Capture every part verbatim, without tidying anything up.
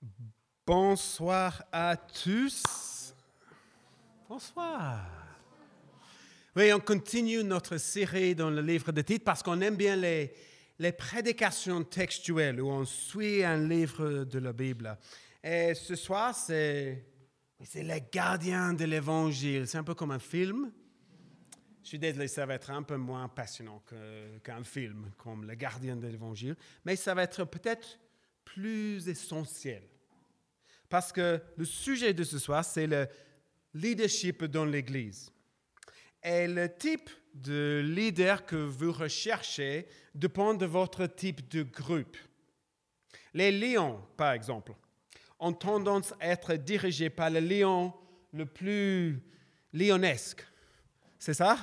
Bonsoir à tous. Bonsoir. Oui, on continue notre série dans le livre de Tite parce qu'on aime bien les, les prédications textuelles où on suit un livre de la Bible. Et ce soir, c'est, c'est les gardiens de l'Évangile. C'est un peu comme un film. Je suis désolé, ça va être un peu moins passionnant que, qu'un film, comme les gardiens de l'Évangile. Mais ça va être peut-être plus essentiel. Parce que le sujet de ce soir, c'est le leadership dans l'Église. Et le type de leader que vous recherchez dépend de votre type de groupe. Les lions, par exemple, ont tendance à être dirigés par le lion le plus lionesque. C'est ça?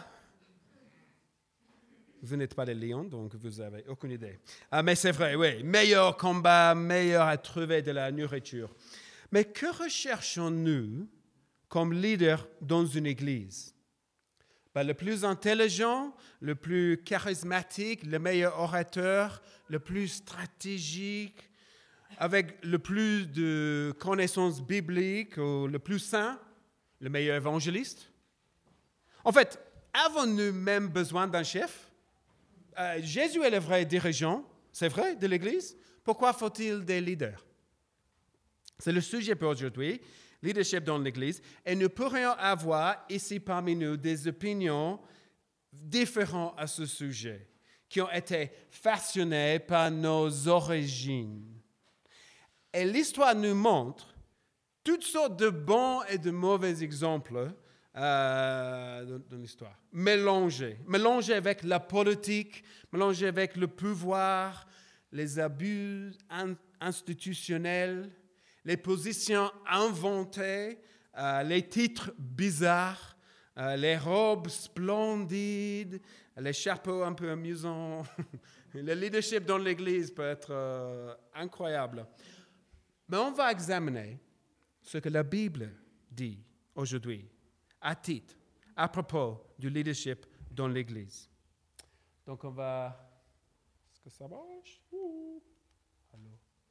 Vous n'êtes pas des lions, donc vous n'avez aucune idée. Ah, mais c'est vrai, oui. Meilleur combat, meilleur à trouver de la nourriture. Mais que recherchons-nous comme leader dans une église? Ben, le plus intelligent, le plus charismatique, le meilleur orateur, le plus stratégique, avec le plus de connaissances bibliques, ou le plus saint, le meilleur évangéliste? En fait, avons-nous même besoin d'un chef? Euh, Jésus est le vrai dirigeant, c'est vrai, de l'église. Pourquoi faut-il des leaders? C'est le sujet pour aujourd'hui, leadership dans l'Église. Et nous pourrions avoir ici parmi nous des opinions différentes à ce sujet, qui ont été façonnées par nos origines. Et l'histoire nous montre toutes sortes de bons et de mauvais exemples euh, dans, dans l'histoire. Mélangés. Mélangés avec la politique, mélangés avec le pouvoir, les abus in- institutionnels, les positions inventées, euh, les titres bizarres, euh, les robes splendides, les chapeaux un peu amusants. Le leadership dans l'Église peut être euh, incroyable. Mais on va examiner ce que la Bible dit aujourd'hui à Tite à propos du leadership dans l'Église. Donc on va... Est-ce que ça marche? Ouh. Allô?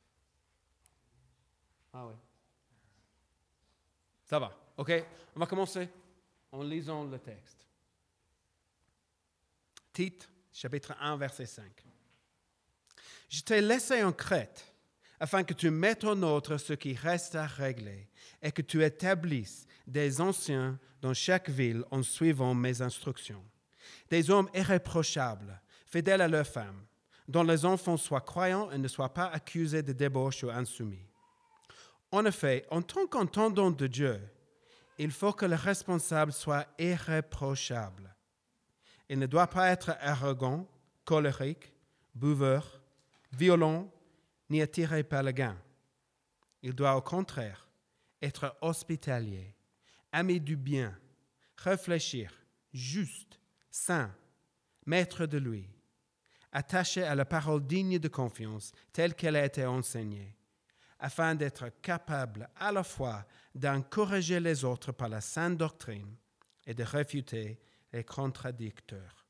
Ah oui. Ça va, ok? On va commencer en lisant le texte. Tite, chapitre un, verset cinq. Je t'ai laissé en Crète, afin que tu mettes en ordre ce qui reste à régler, et que tu établisses des anciens dans chaque ville en suivant mes instructions. Des hommes irréprochables, fidèles à leurs femmes, dont les enfants soient croyants et ne soient pas accusés de débauche ou insoumis. En effet, en tant qu'entendant de Dieu, il faut que le responsable soit irréprochable. Il ne doit pas être arrogant, colérique, buveur, violent, ni attiré par le gain. Il doit au contraire être hospitalier, ami du bien, réfléchir, juste, saint, maître de lui, attaché à la parole digne de confiance telle qu'elle a été enseignée, afin d'être capable à la fois d'encourager les autres par la sainte doctrine et de réfuter les contradicteurs.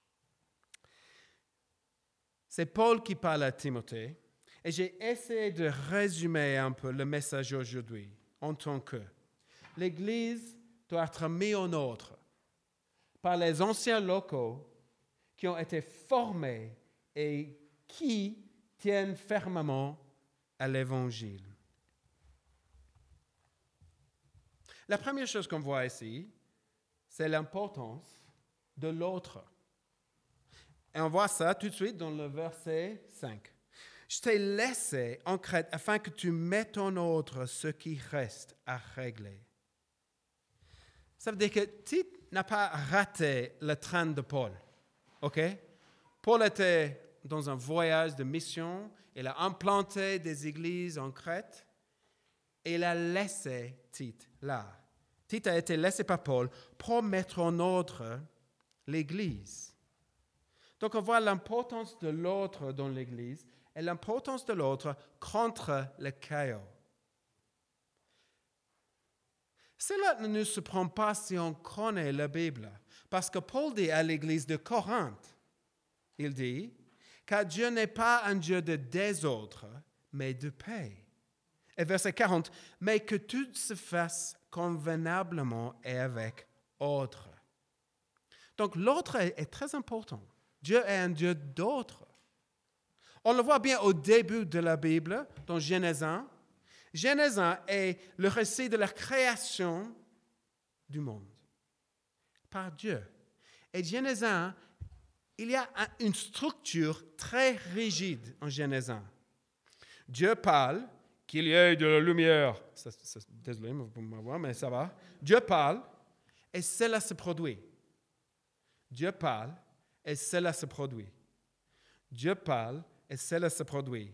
C'est Paul qui parle à Timothée, et j'ai essayé de résumer un peu le message aujourd'hui en tant que l'Église doit être mise en ordre par les anciens locaux qui ont été formés et qui tiennent fermement à l'Évangile. La première chose qu'on voit ici, c'est l'importance de l'autre. Et on voit ça tout de suite dans le verset cinq. Je t'ai laissé en Crète afin que tu mettes en ordre ce qui reste à régler. Ça veut dire que Tite n'a pas raté le train de Paul. OK? Paul était dans un voyage de mission. Il a implanté des églises en Crète et il a laissé Tite là. Tite a été laissé par Paul pour mettre en ordre l'église. Donc on voit l'importance de l'autre dans l'église et l'importance de l'autre contre le chaos. Cela ne nous surprend pas si on connaît la Bible, parce que Paul dit à l'église de Corinthe, il dit, car Dieu n'est pas un Dieu de désordre, mais de paix. Et verset quarante, « Mais que tout se fasse convenablement et avec ordre. » Donc l'ordre est, est très important. Dieu est un Dieu d'ordre. On le voit bien au début de la Bible, dans Genèse un. Genèse un est le récit de la création du monde par Dieu. Et Genèse un, il y a un, une structure très rigide en Genèse un. Dieu parle, qu'il y ait de la lumière. Ça, ça, désolé pour m'avoir, mais ça va. Dieu parle et cela se produit. Dieu parle et cela se produit. Dieu parle et cela se produit.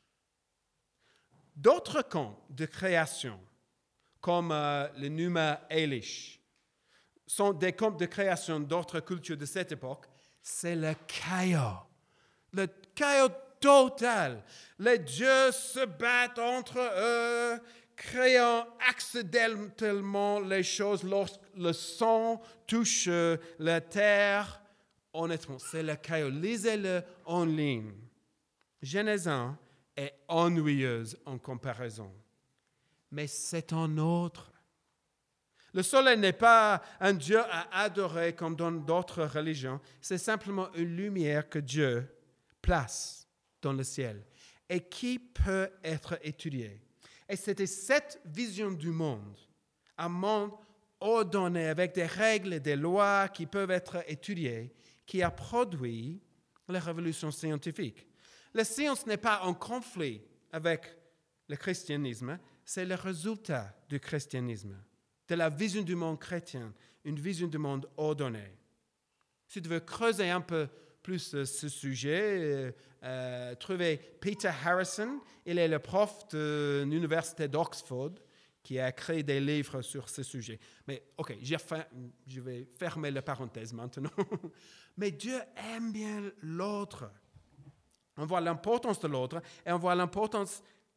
D'autres camps de création, comme euh, le Numa Elish, sont des camps de création d'autres cultures de cette époque. C'est le chaos. Le chaos total. Les dieux se battent entre eux, créant accidentellement les choses lorsque le sang touche la terre. Honnêtement, c'est le chaos. Lisez-le en ligne. Genèse un est ennuyeuse en comparaison. Mais c'est un autre. Le soleil n'est pas un Dieu à adorer comme dans d'autres religions. C'est simplement une lumière que Dieu place dans le ciel et qui peut être étudiée. Et c'était cette vision du monde, un monde ordonné avec des règles et des lois qui peuvent être étudiées, qui a produit la révolution scientifique. La science n'est pas en conflit avec le christianisme, c'est le résultat du christianisme, de la vision du monde chrétien, une vision du monde ordonné. Si tu veux creuser un peu plus euh, ce sujet, euh, euh, trouvez Peter Harrison, il est le prof de l'université d'Oxford qui a créé des livres sur ce sujet. Mais ok, j'ai fin, je vais fermer la parenthèse maintenant. Mais Dieu aime bien l'autre. On voit l'importance de l'autre et on voit l'importance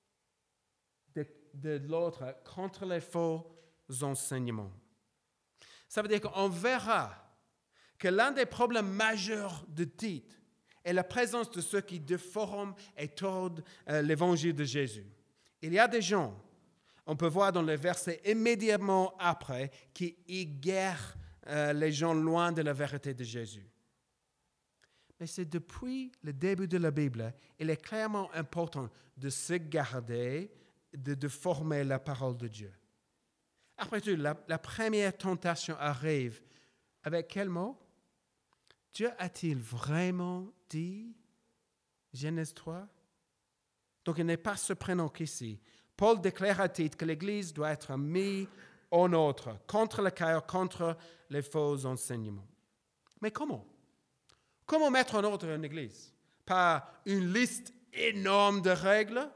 de, de l'autre contre les faux enseignements. Ça veut dire qu'on verra que l'un des problèmes majeurs de Tite est la présence de ceux qui déforment et tordent euh, l'évangile de Jésus. Il y a des gens, on peut voir dans les versets immédiatement après, qui égarent euh, les gens loin de la vérité de Jésus. Mais c'est depuis le début de la Bible, il est clairement important de se garder, de, de former la parole de Dieu. Après tout, la, la première tentation arrive avec quel mot? Dieu a-t-il vraiment dit Genèse trois? Donc, il n'est pas surprenant qu'ici, Paul déclare à Tite que l'Église doit être mise en ordre contre le chaos, contre les faux enseignements. Mais comment? Comment mettre en ordre une Église? Par une liste énorme de règles?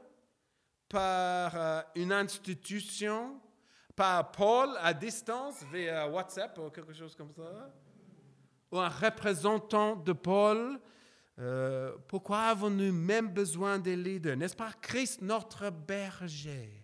Par euh, une institution? Par Paul à distance via WhatsApp ou quelque chose comme ça? Ou un représentant de Paul? Euh, pourquoi avons-nous même besoin des leaders? N'est-ce pas Christ notre berger?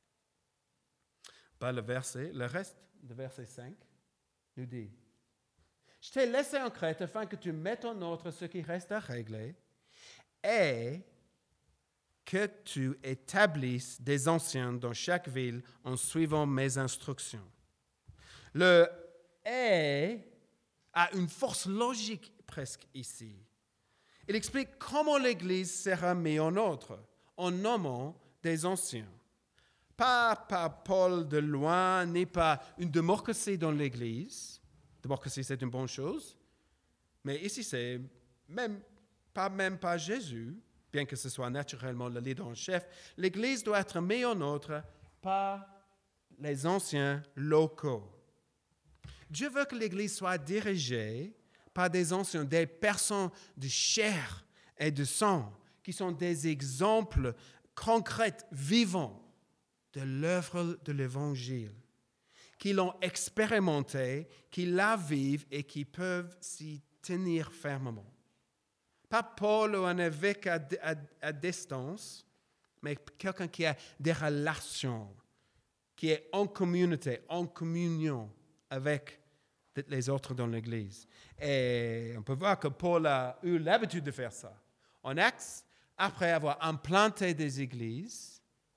Bah, le verset, le reste de verset cinq nous dit: je t'ai laissé en Crète afin que tu mettes en ordre ce qui reste à régler et que tu établisses des anciens dans chaque ville en suivant mes instructions. Le « et » a une force logique presque ici. Il explique comment l'Église sera mise en ordre en nommant des anciens. Pas par Paul de loin, ni pas une démocratie dans l'Église. Démocratie, c'est une bonne chose. Mais ici, c'est même pas même pas Jésus, bien que ce soit naturellement le leader en chef. L'Église doit être mise en ordre par les anciens locaux. Dieu veut que l'Église soit dirigée par des anciens, des personnes de chair et de sang, qui sont des exemples concrets, vivants de l'œuvre de l'Évangile, qui l'ont expérimenté, qui la vivent et qui peuvent s'y tenir fermement. Pas Paul ou un évêque à, à, à distance, mais quelqu'un qui a des relations, qui est en communauté, en communion avec les autres dans l'Église. Et on peut voir que Paul a eu l'habitude de faire ça. En Actes, après avoir implanté des églises,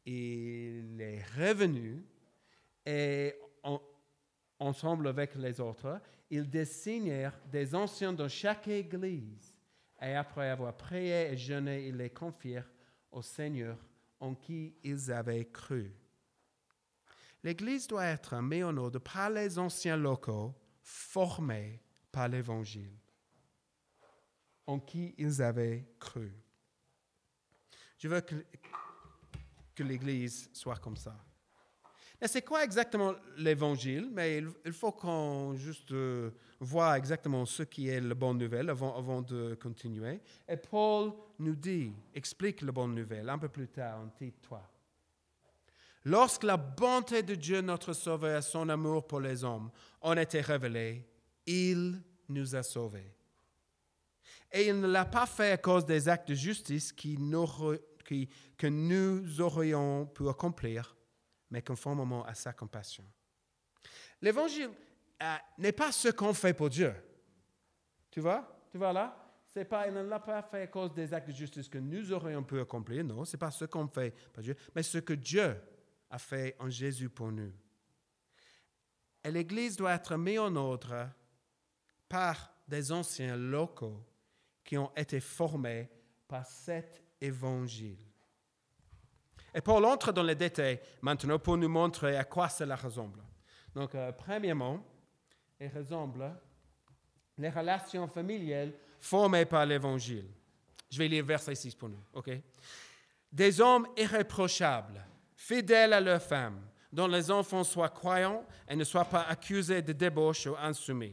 il est revenu et en, ensemble avec les autres, ils désignèrent des anciens dans chaque église. Et après avoir prié et jeûné, ils les confièrent au Seigneur en qui ils avaient cru. L'Église doit être mise en ordre par les anciens locaux formés par l'Évangile, en qui ils avaient cru. Je veux que, que l'Église soit comme ça. Et c'est quoi exactement l'Évangile? Mais il, il faut qu'on juste euh, voit exactement ce qui est la bonne nouvelle avant, avant de continuer. Et Paul nous dit, explique la bonne nouvelle un peu plus tard en Tite trois. Lorsque la bonté de Dieu, notre Sauveur, et son amour pour les hommes ont été révélés, il nous a sauvés. Et il ne l'a pas fait à cause des actes de justice qui qui, que nous aurions pu accomplir, mais conformément à sa compassion. L'Évangile euh, n'est pas ce qu'on fait pour Dieu. Tu vois? Tu vois là? C'est pas, il ne l'a pas fait à cause des actes de justice que nous aurions pu accomplir. Non, ce n'est pas ce qu'on fait pour Dieu, mais ce que Dieu a fait en Jésus pour nous. Et l'Église doit être mise en ordre par des anciens locaux qui ont été formés par cet évangile. Et Paul entre dans les détails maintenant pour nous montrer à quoi cela ressemble. Donc, euh, premièrement, il ressemble les relations familiales formées par l'évangile. Je vais lire verset six pour nous, ok? Des hommes irréprochables, fidèles à leurs femmes, dont les enfants soient croyants et ne soient pas accusés de débauche ou insoumis.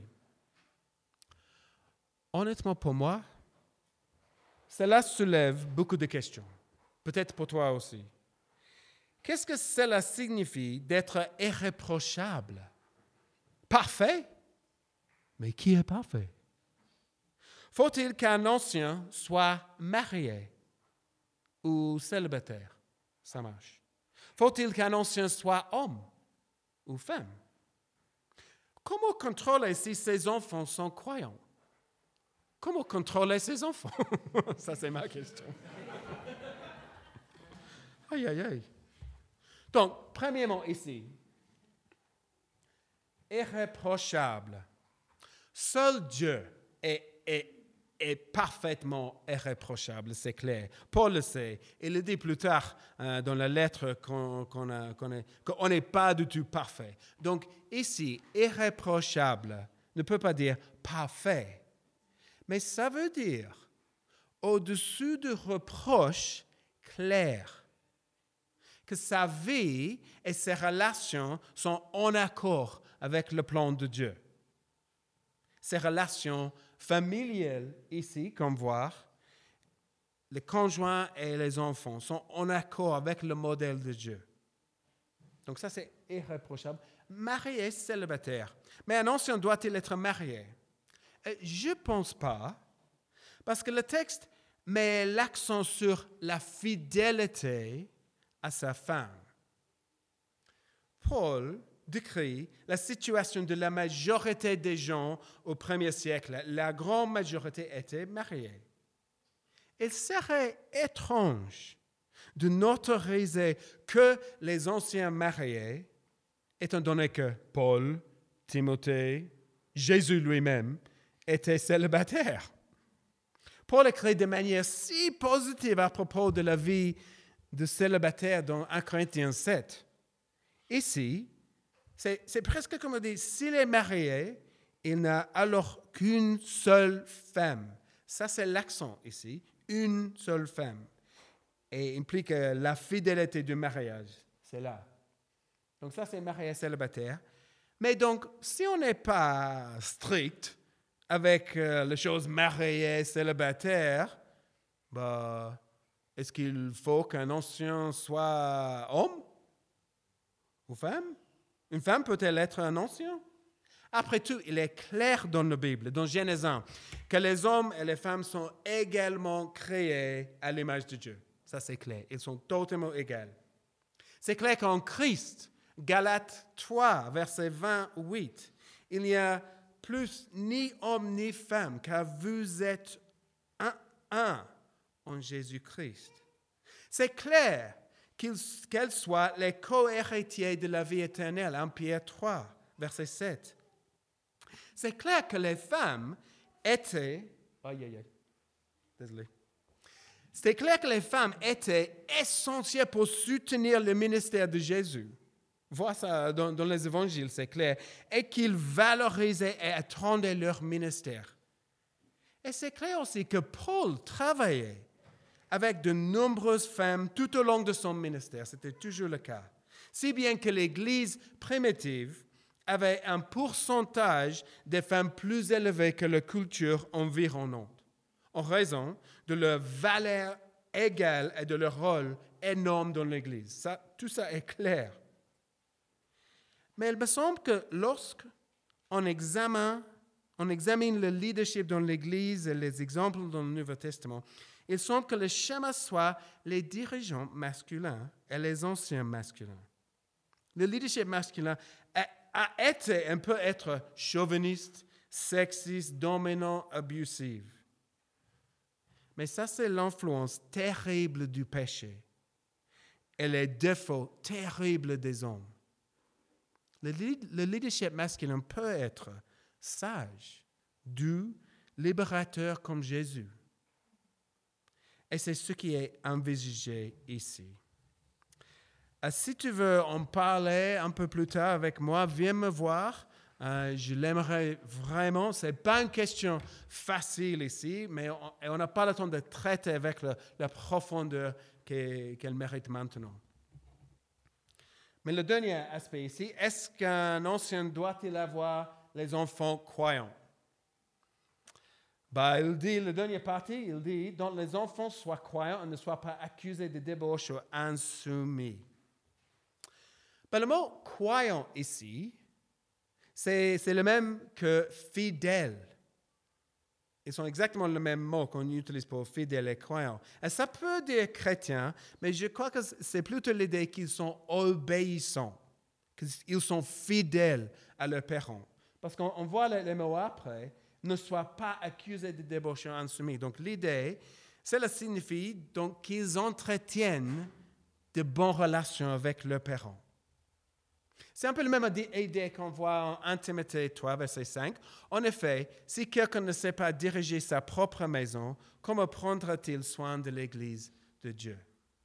Honnêtement, pour moi, cela soulève beaucoup de questions. Peut-être pour toi aussi. Qu'est-ce que cela signifie d'être irréprochable? Parfait? Mais qui est parfait? Faut-il qu'un ancien soit marié ou célibataire? Ça marche. Faut-il qu'un ancien soit homme ou femme? Comment contrôler si ses enfants sont croyants? Comment contrôler ses enfants? Ça, c'est ma question. Aïe, aïe, aïe. Donc, premièrement, ici, irréprochable. Seul Dieu est, est, est parfaitement irréprochable, c'est clair. Paul le sait. Il le dit plus tard euh, dans la lettre qu'on, qu'on a, qu'on est, qu'on n'est pas du tout parfait. Donc, ici, irréprochable ne peut pas dire parfait. Mais ça veut dire au-dessus de reproches clairs. Que sa vie et ses relations sont en accord avec le plan de Dieu. Ses relations familiales ici, comme voir, les conjoints et les enfants sont en accord avec le modèle de Dieu. Donc ça, c'est irréprochable. Marié, célibataire. Mais un ancien doit-il être marié? Je ne pense pas, parce que le texte met l'accent sur la fidélité à sa femme. Paul décrit la situation de la majorité des gens au premier siècle. La grande majorité était mariée. Il serait étrange de n'autoriser que les anciens mariés, étant donné que Paul, Timothée, Jésus lui-même étaient célibataires. Paul écrit de manière si positive à propos de la vie de célibataire dans un Corinthiens sept. Ici, c'est, c'est presque comme on dit, s'il est marié, il n'a alors qu'une seule femme. Ça, c'est l'accent ici, une seule femme. Et implique la fidélité du mariage. C'est là. Donc ça, c'est marié célibataire. Mais donc, si on n'est pas strict avec euh, les choses mariées célibataires, bah, est-ce qu'il faut qu'un ancien soit homme ou femme? Une femme peut-elle être un ancien? Après tout, il est clair dans la Bible, dans Genèse un, que les hommes et les femmes sont également créés à l'image de Dieu. Ça, c'est clair. Ils sont totalement égaux. C'est clair qu'en Christ, Galates trois, verset vingt-huit, il n'y a plus ni homme ni femme, car vous êtes un, un en Jésus-Christ. C'est clair qu'ils, qu'elles soient les co-héritiers de la vie éternelle. un Pierre trois, verset sept. C'est clair que les femmes étaient... Aïe, aïe, aïe. Désolé. C'est clair que les femmes étaient essentielles pour soutenir le ministère de Jésus. Voir ça dans, dans les évangiles, c'est clair. Et qu'ils valorisaient et attendaient leur ministère. Et c'est clair aussi que Paul travaillait avec de nombreuses femmes tout au long de son ministère. C'était toujours le cas. Si bien que l'Église primitive avait un pourcentage de femmes plus élevé que la culture environnante, en raison de leur valeur égale et de leur rôle énorme dans l'Église. Ça, tout ça est clair. Mais il me semble que lorsqu'on examine, on examine le leadership dans l'Église et les exemples dans le Nouveau Testament, il semble que le schéma soit les dirigeants masculins et les anciens masculins. Le leadership masculin a, a été un peu être chauviniste, sexiste, dominant, abusif. Mais ça, c'est l'influence terrible du péché et les défauts terribles des hommes. Le, le leadership masculin peut être sage, doux, libérateur comme Jésus. Et c'est ce qui est envisagé ici. Euh, si tu veux en parler un peu plus tard avec moi, viens me voir. Euh, je l'aimerais vraiment. Ce n'est pas une question facile ici, mais on n'a pas le temps de traiter avec le, la profondeur qu'elle, qu'elle mérite maintenant. Mais le dernier aspect ici, est-ce qu'un ancien doit-il avoir les enfants croyants? Ben, il dit, le dernier partie, il dit, donc les enfants soient croyants et ne soient pas accusés de débauche ou insoumis. Ben, le mot croyant ici, c'est, c'est le même que fidèle. Ils sont exactement le même mot qu'on utilise pour fidèle et croyant. Et ça peut dire chrétien, mais je crois que c'est plutôt l'idée qu'ils sont obéissants, qu'ils sont fidèles à leurs parents. Parce qu'on on voit les, les mots après, ne soient pas accusés de débauche ou insoumis. Donc l'idée, cela signifie donc qu'ils entretiennent de bonnes relations avec leurs parents. C'est un peu la même idée qu'on voit en un Timothée trois, verset cinq. En effet, si quelqu'un ne sait pas diriger sa propre maison, comment prendra-t-il soin de l'Église de Dieu?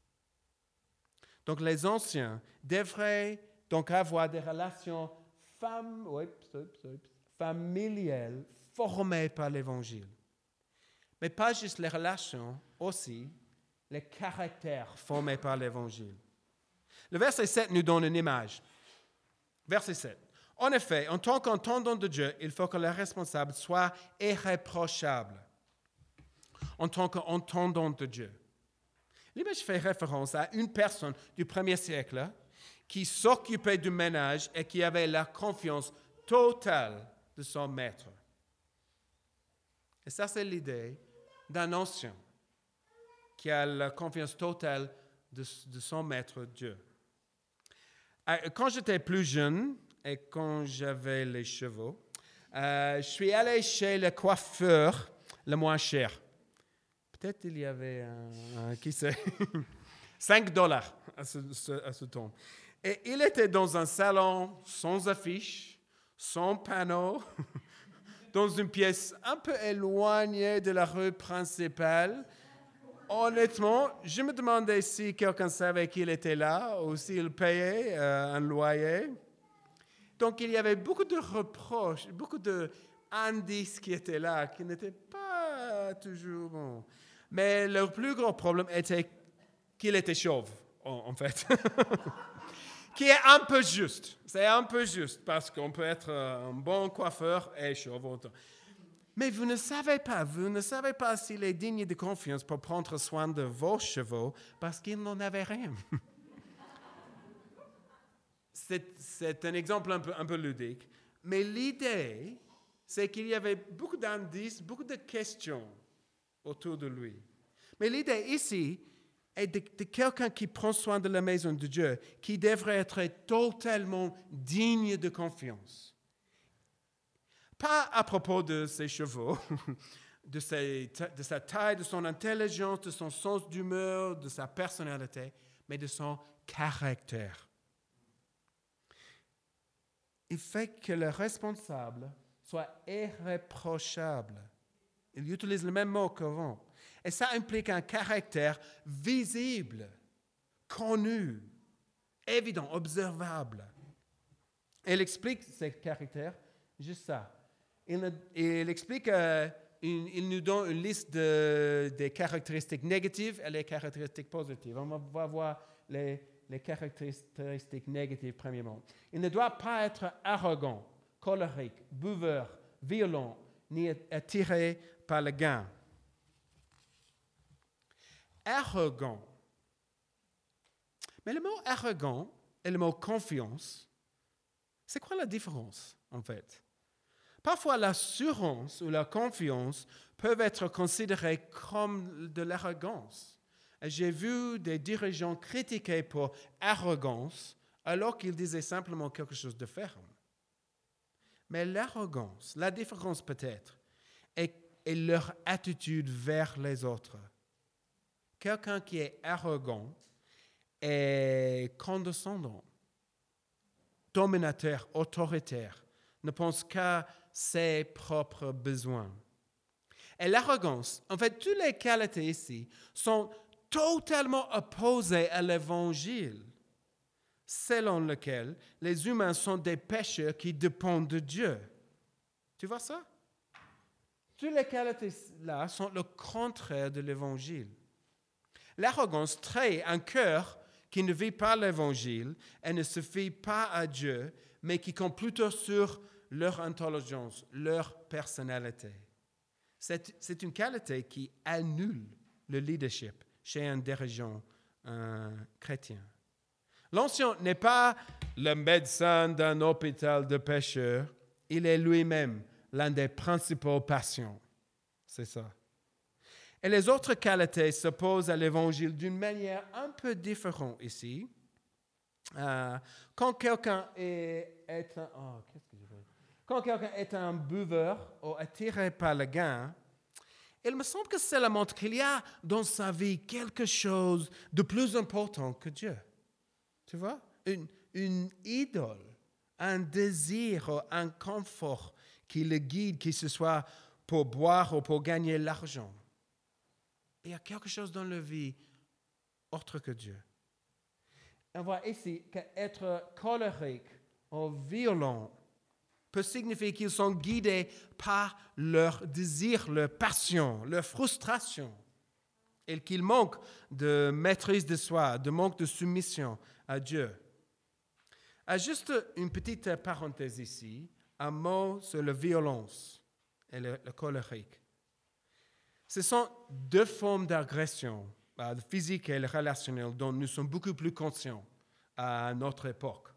Donc les anciens devraient donc avoir des relations fam... oui, familiales formées par l'Évangile. Mais pas juste les relations, aussi les caractères formés par l'Évangile. Le verset sept nous donne une image. Verset sept. En effet, en tant qu'entendant de Dieu, il faut que le responsable soit irréprochable. En tant qu'entendant de Dieu. L'image fait référence à une personne du premier siècle qui s'occupait du ménage et qui avait la confiance totale de son maître. Et ça, c'est l'idée d'un ancien qui a la confiance totale de, de son maître Dieu. Quand j'étais plus jeune et quand j'avais les chevaux, euh, je suis allé chez le coiffeur le moins cher. Peut-être il y avait, un, un, qui sait, cinq dollars à ce, ce, à ce temps. Et il était dans un salon sans affiche, sans panneau, dans une pièce un peu éloignée de la rue principale. Honnêtement, je me demandais si quelqu'un savait qu'il était là ou s'il payait euh, un loyer. Donc, il y avait beaucoup de reproches, beaucoup d'indices qui étaient là, qui n'étaient pas toujours bons. Mais le plus gros problème était qu'il était chauve, en, en fait. Qui est un peu juste. C'est un peu juste, parce qu'on peut être un bon coiffeur et chauve autant. Mais vous ne savez pas, vous ne savez pas s'il est digne de confiance pour prendre soin de vos chevaux parce qu'il n'en avait rien. c'est, c'est un exemple un peu, un peu ludique. Mais l'idée, c'est qu'il y avait beaucoup d'indices, beaucoup de questions autour de lui. Mais l'idée ici est de, de quelqu'un qui prend soin de la maison de Dieu, qui devrait être totalement digne de confiance. Pas à propos de ses chevaux, de, ses, de sa taille, de son intelligence, de son sens d'humeur, de sa personnalité, mais de son caractère. Il fait que le responsable soit irréprochable. Il utilise le même mot qu'avant. Et ça implique un caractère visible, connu, évident, observable. Il explique ce caractère, juste ça. Il, il explique, euh, une, il nous donne une liste de, des caractéristiques négatives et les caractéristiques positives. On va voir les, les caractéristiques négatives premièrement. Il ne doit pas être arrogant, colérique, buveur, violent, ni attiré par le gain. Arrogant. Mais le mot arrogant et le mot confiance, c'est quoi la différence en fait? Parfois, l'assurance ou la confiance peuvent être considérées comme de l'arrogance. J'ai vu des dirigeants critiqués pour arrogance alors qu'ils disaient simplement quelque chose de ferme. Mais l'arrogance, la différence peut-être, est, est leur attitude vers les autres. Quelqu'un qui est arrogant est condescendant, dominateur, autoritaire, ne pense qu'à ses propres besoins. Et l'arrogance, en fait, toutes les qualités ici sont totalement opposées à l'évangile, selon lequel les humains sont des pécheurs qui dépendent de Dieu. Tu vois ça? Toutes les qualités-là sont le contraire de l'évangile. L'arrogance trahit un cœur qui ne vit pas l'évangile et ne se fie pas à Dieu, mais qui compte plutôt sur leur intelligence, leur personnalité. C'est, c'est une qualité qui annule le leadership chez un dirigeant un chrétien. L'ancien n'est pas le médecin d'un hôpital de pécheurs, il est lui-même l'un des principaux patients. C'est ça. Et les autres qualités s'opposent à l'évangile d'une manière un peu différente ici. Euh, quand quelqu'un est, est un, oh, qu'est-ce que je veux? Quand quelqu'un est un buveur ou attiré par le gain, il me semble que cela montre qu'il y a dans sa vie quelque chose de plus important que Dieu. Tu vois? Une, une idole, un désir ou un confort qui le guide, que ce soit pour boire ou pour gagner l'argent. Il y a quelque chose dans la vie autre que Dieu. On voit ici qu'être colérique ou violent peut signifier qu'ils sont guidés par leur désir, leur passion, leur frustration, et qu'ils manquent de maîtrise de soi, de manque de soumission à Dieu. À juste une petite parenthèse ici, un mot sur la violence et le, le colérique. Ce sont deux formes d'agression, le physique et le relationnel, dont nous sommes beaucoup plus conscients à notre époque.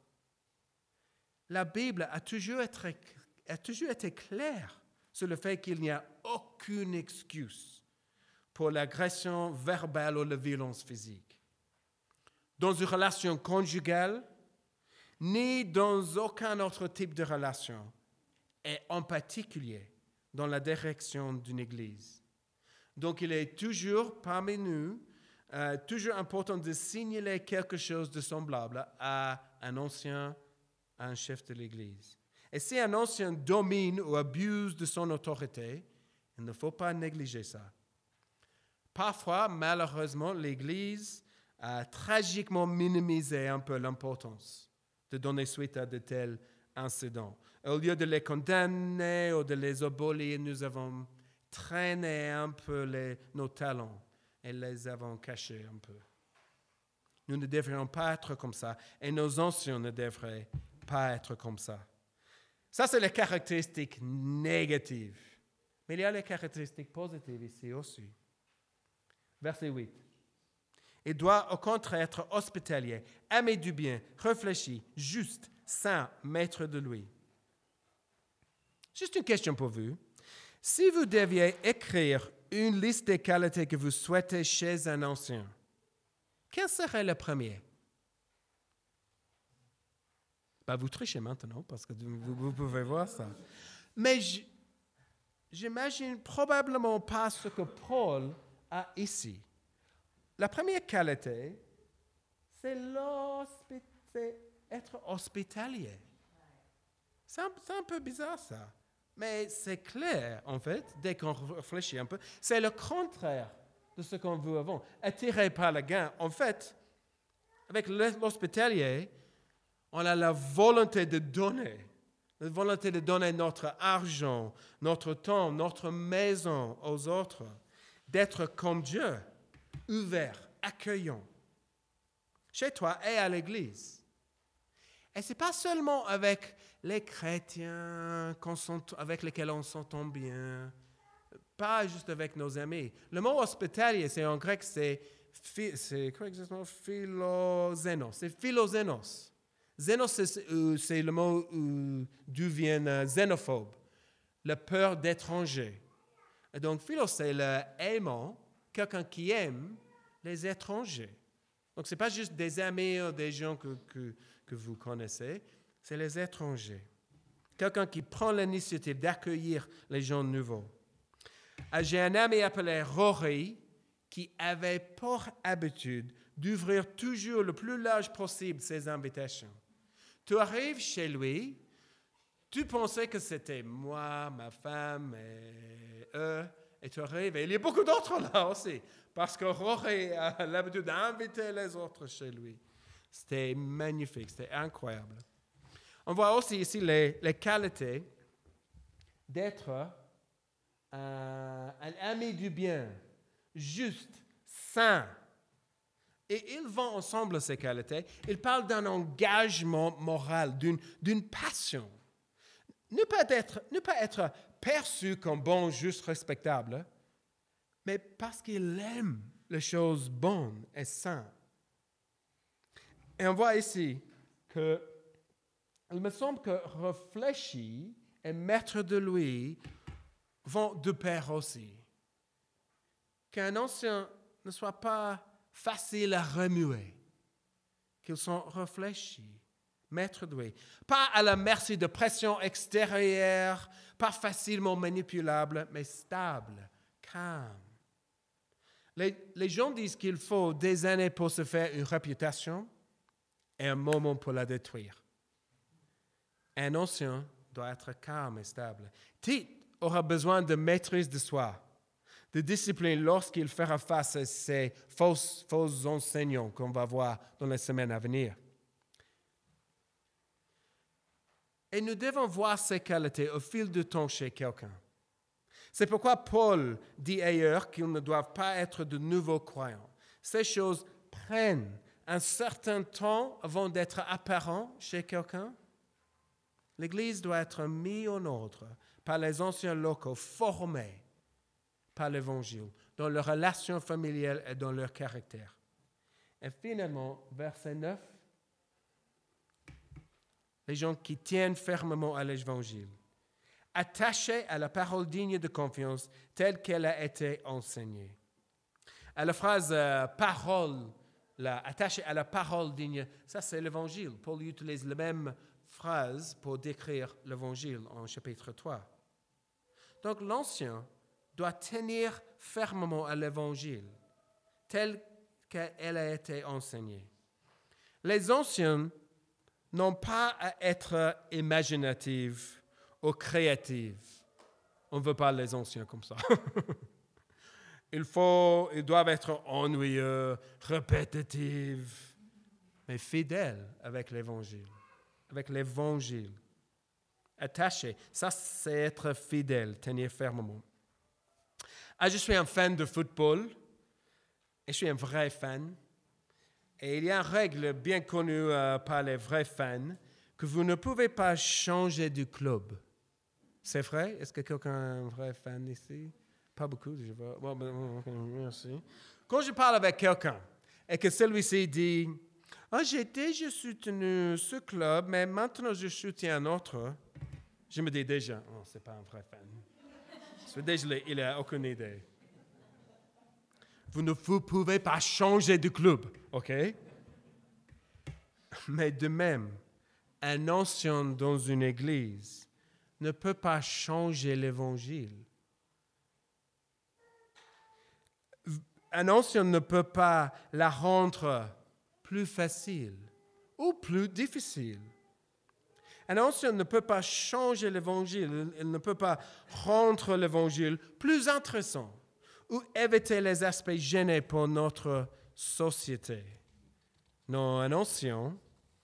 La Bible a toujours été, a toujours été claire sur le fait qu'il n'y a aucune excuse pour l'agression verbale ou la violence physique. Dans une relation conjugale, ni dans aucun autre type de relation, et en particulier dans la direction d'une église. Donc, il est toujours parmi nous, euh, toujours important de signaler quelque chose de semblable à un ancien, à un chef de l'église. Et si un ancien domine ou abuse de son autorité, il ne faut pas négliger ça. Parfois, malheureusement, l'église a tragiquement minimisé un peu l'importance de donner suite à de tels incidents. Au lieu de les condamner ou de les abolir, nous avons traîné un peu les, nos talents et les avons cachés un peu. Nous ne devrions pas être comme ça et nos anciens ne devraient pas être comme ça. Ça, c'est les caractéristiques négatives. Mais il y a les caractéristiques positives ici aussi. Verset huit. Il doit au contraire être hospitalier, aimer du bien, réfléchi, juste, saint, maître de lui. Juste une question pour vous. Si vous deviez écrire une liste des qualités que vous souhaitez chez un ancien, quel serait le premier? Ben, vous trichez maintenant parce que vous, vous pouvez voir ça. Mais j'imagine probablement pas ce que Paul a ici. La première qualité, c'est, l'hospi- c'est être hospitalier. C'est un, c'est un peu bizarre ça. Mais c'est clair, en fait, dès qu'on réfléchit un peu. C'est le contraire de ce qu'on veut avant. Attiré par le gain. En fait, avec l'hospitalier, on a la volonté de donner. La volonté de donner notre argent, notre temps, notre maison aux autres. D'être comme Dieu, ouvert, accueillant. Chez toi et à l'église. Et ce n'est pas seulement avec les chrétiens avec lesquels on s'entend bien, pas juste avec nos amis. Le mot hospitalier, c'est en grec, c'est, c'est quoi exactement? Philoxénos. C'est philoxénos. Xénos, c'est, euh, c'est le mot euh, d'où vient euh, xénophobe, la peur d'étrangers. Et donc, philos, c'est l'aimant, quelqu'un qui aime les étrangers. Donc, ce n'est pas juste des amis ou des gens que, que, que vous connaissez, c'est les étrangers. Quelqu'un qui prend l'initiative d'accueillir les gens nouveaux. J'ai un ami appelé Rory qui avait pour habitude d'ouvrir toujours le plus large possible ses invitations. Tu arrives chez lui, tu pensais que c'était moi, ma femme et eux, et tu arrives, et il y a beaucoup d'autres là aussi, parce que Rory a l'habitude d'inviter les autres chez lui. C'était magnifique, c'était incroyable. On voit aussi ici les, les qualités d'être un, un ami du bien, juste, saint. Et ils vont ensemble, ces qualités. Ils parlent d'un engagement moral, d'une, d'une passion. Ne pas, être, ne pas être perçu comme bon, juste, respectable, mais parce qu'il aime les choses bonnes et saintes. Et on voit ici que il me semble que réfléchir et maître de lui vont de pair aussi. Qu'un ancien ne soit pas facile à remuer, qu'ils sont réfléchis, maître de lui. Pas à la merci de pression extérieure, pas facilement manipulable, mais stable, calme. Les, les gens disent qu'il faut des années pour se faire une réputation et un moment pour la détruire. Un ancien doit être calme et stable. Tite aura besoin de maîtrise de soi, de discipline lorsqu'il fera face à ces faux, faux enseignants qu'on va voir dans les semaines à venir. Et nous devons voir ces qualités au fil du temps chez quelqu'un. C'est pourquoi Paul dit ailleurs qu'ils ne doivent pas être de nouveaux croyants. Ces choses prennent un certain temps avant d'être apparentes chez quelqu'un. L'Église doit être mise en ordre par les anciens locaux formés par l'Évangile, dans leurs relations familiales et dans leur caractère. Et finalement, verset neuf, les gens qui tiennent fermement à l'Évangile, attachés à la parole digne de confiance telle qu'elle a été enseignée. À la phrase euh, « parole », là, attaché à la parole digne, ça c'est l'Évangile. Paul utilise la même phrase pour décrire l'Évangile en chapitre trois. Donc l'Ancien doit tenir fermement à l'Évangile, tel qu'elle a été enseignée. Les Anciens n'ont pas à être imaginatifs ou créatifs. On ne veut pas les Anciens comme ça. Il faut, ils doivent être ennuyeux, répétitifs, mais fidèles avec l'Évangile. Avec l'Évangile. Attaché. Ça, c'est être fidèle, tenir fermement. Ah, je suis un fan de football, et je suis un vrai fan. Et il y a une règle bien connue euh, par les vrais fans, que vous ne pouvez pas changer de club. C'est vrai? Est-ce que quelqu'un est un vrai fan ici? Pas beaucoup, je vois. Bon, ben, merci. Quand je parle avec quelqu'un, et que celui-ci dit... Ah, j'ai déjà soutenu ce club, mais maintenant je soutiens un autre. Je me dis déjà, oh, ce n'est pas un vrai fan. Je suis désolé, il n'a aucune idée. Vous ne vous pouvez pas changer de club, ok? Mais de même, un ancien dans une église ne peut pas changer l'évangile. Un ancien ne peut pas la rendre plus facile ou plus difficile. Un ancien ne peut pas changer l'Évangile, il ne peut pas rendre l'Évangile plus intéressant ou éviter les aspects gênants pour notre société. Non, un ancien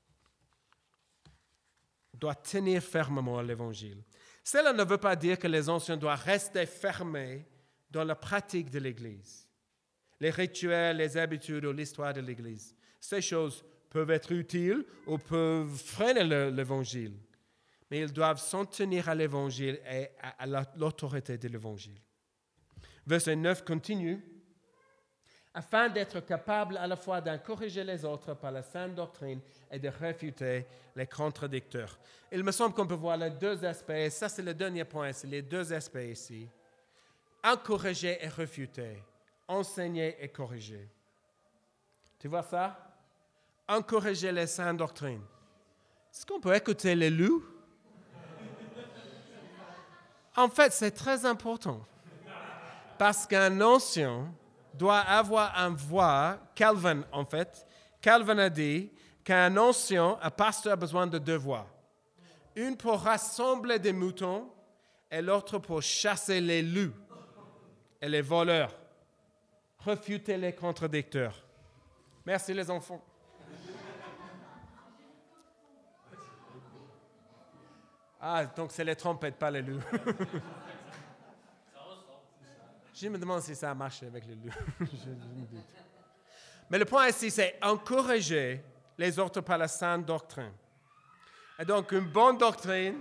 doit tenir fermement à l'Évangile. Cela ne veut pas dire que les anciens doivent rester fermés dans la pratique de l'Église. Les rituels, les habitudes ou l'histoire de l'Église. Ces choses peuvent être utiles ou peuvent freiner le, l'Évangile. Mais ils doivent s'en tenir à l'Évangile et à, à l'autorité de l'Évangile. Verset neuf continue. Afin d'être capable à la fois d'encourager les autres par la sainte doctrine et de réfuter les contradicteurs. Il me semble qu'on peut voir les deux aspects. Et ça, c'est le dernier point. C'est les deux aspects ici. Encourager et réfuter. Enseigner et corriger. Tu vois ça? Encourager les saintes doctrines. Est-ce qu'on peut écouter les loups? En fait, c'est très important. Parce qu'un ancien doit avoir une voix. Calvin, en fait, Calvin a dit qu'un ancien, un pasteur, a besoin de deux voix. Une pour rassembler des moutons et l'autre pour chasser les loups et les voleurs. Refuter les contradicteurs. Merci les enfants. Ah, donc c'est les trompettes, pas les loups. Je me demande si ça a marché avec les loups. Je me doute. Mais le point ici, c'est encourager les autres par la sainte doctrine. Et donc, une bonne doctrine,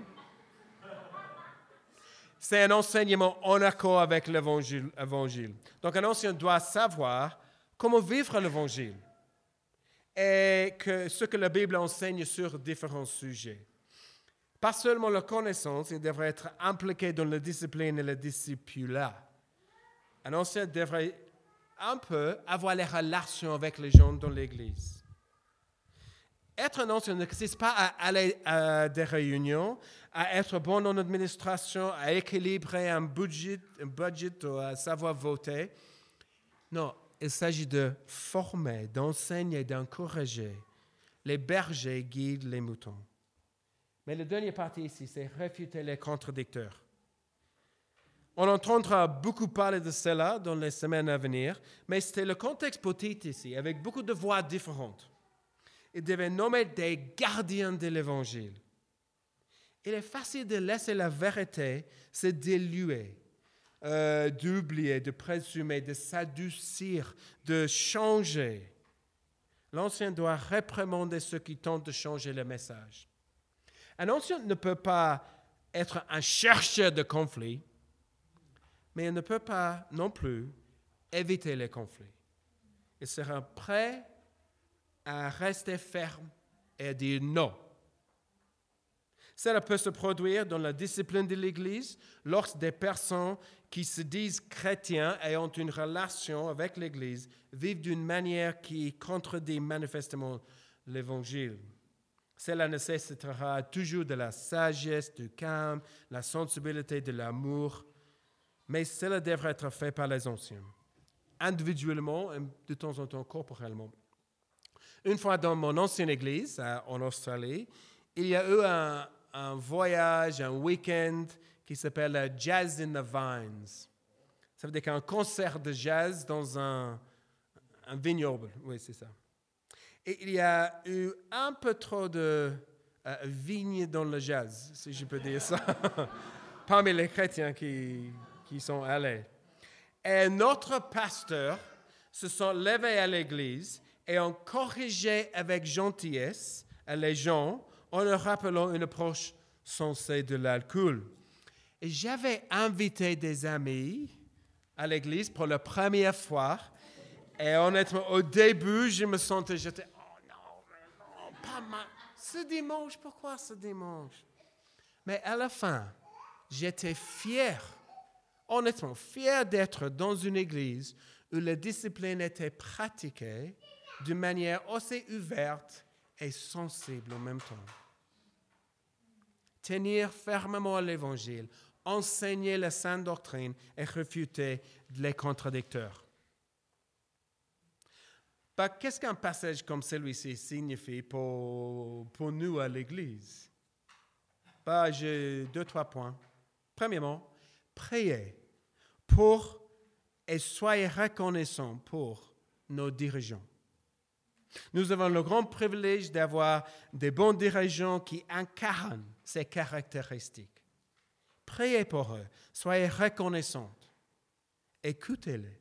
c'est un enseignement en accord avec l'évangile. Évangile. Donc, un ancien doit savoir comment vivre l'évangile et que ce que la Bible enseigne sur différents sujets. Pas seulement la connaissance, il devrait être impliqué dans la discipline et le discipulat. Un ancien devrait un peu avoir les relations avec les gens dans l'Église. Être un ancien ne consiste pas à aller à des réunions, à être bon en administration, à équilibrer un budget, un budget ou à savoir voter. Non, il s'agit de former, d'enseigner, d'encourager. Les bergers guident les moutons. Mais la dernière partie ici, c'est réfuter les contradicteurs. On entendra beaucoup parler de cela dans les semaines à venir, mais c'était le contexte politique ici, avec beaucoup de voix différentes. Ils devaient nommer des gardiens de l'Évangile. Il est facile de laisser la vérité se diluer, euh, d'oublier, de présumer, de s'adoucir, de changer. L'ancien doit réprimander ceux qui tentent de changer le message. Un ancien ne peut pas être un chercheur de conflits, mais il ne peut pas non plus éviter les conflits. Il sera prêt à rester ferme et à dire non. Cela peut se produire dans la discipline de l'Église lorsque des personnes qui se disent chrétiens et ont une relation avec l'Église vivent d'une manière qui contredit manifestement l'Évangile. Cela nécessitera toujours de la sagesse, du calme, la sensibilité, de l'amour, mais cela devrait être fait par les anciens, individuellement et de temps en temps corporellement. Une fois dans mon ancienne église en Australie, il y a eu un, un voyage, un week-end qui s'appelle Jazz in the Vines. Ça veut dire qu'un concert de jazz dans un, un vignoble. Oui, c'est ça. Et il y a eu un peu trop de euh, vignes dans le jazz, si je peux dire ça, parmi les chrétiens qui, qui sont allés. Et notre pasteur se sont levés à l'église et ont corrigé avec gentillesse les gens en leur rappelant une approche sensée de l'alcool. Et j'avais invité des amis à l'église pour la première fois. Et honnêtement, au début, je me sentais, j'étais, oh non, non, pas mal. Ce dimanche, pourquoi ce dimanche? Mais à la fin, j'étais fier, honnêtement, fier d'être dans une église où la discipline était pratiquée d'une manière aussi ouverte et sensible en même temps. Tenir fermement l'Évangile, enseigner la sainte doctrine et réfuter les contradicteurs. Bah, qu'est-ce qu'un passage comme celui-ci signifie pour, pour nous à l'Église? Bah, j'ai deux, trois points. Premièrement, priez pour et soyez reconnaissants pour nos dirigeants. Nous avons le grand privilège d'avoir des bons dirigeants qui incarnent ces caractéristiques. Priez pour eux, soyez reconnaissants, écoutez-les.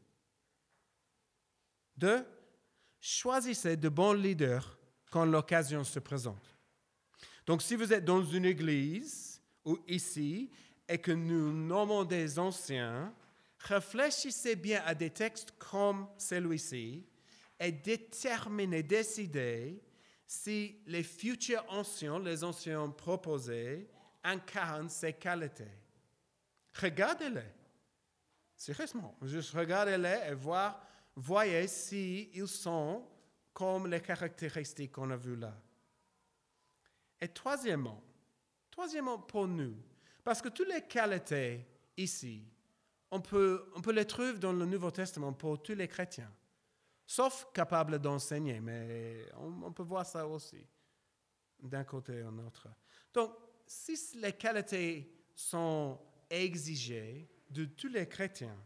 Deux, choisissez de bons leaders quand l'occasion se présente. Donc, si vous êtes dans une église ou ici et que nous nommons des anciens, réfléchissez bien à des textes comme celui-ci et déterminez, décidez si les futurs anciens, les anciens proposés, incarnent ces qualités. Regardez-les. Sérieusement, juste regardez-les et voir, voyez s'ils sont comme les caractéristiques qu'on a vues là. Et troisièmement, troisièmement pour nous, parce que toutes les qualités ici, on peut, on peut les trouver dans le Nouveau Testament pour tous les chrétiens, sauf capables d'enseigner, mais on, on peut voir ça aussi, d'un côté ou de l'autre. Donc, si les qualités sont exigées de tous les chrétiens,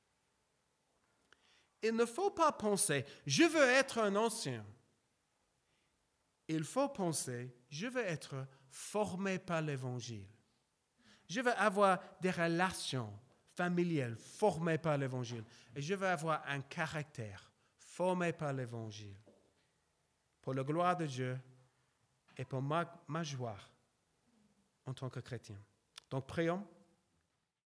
il ne faut pas penser, je veux être un ancien. Il faut penser, je veux être formé par l'Évangile. Je veux avoir des relations familiales formées par l'Évangile. Et je veux avoir un caractère formé par l'Évangile. Pour la gloire de Dieu et pour ma, ma joie en tant que chrétien. Donc prions.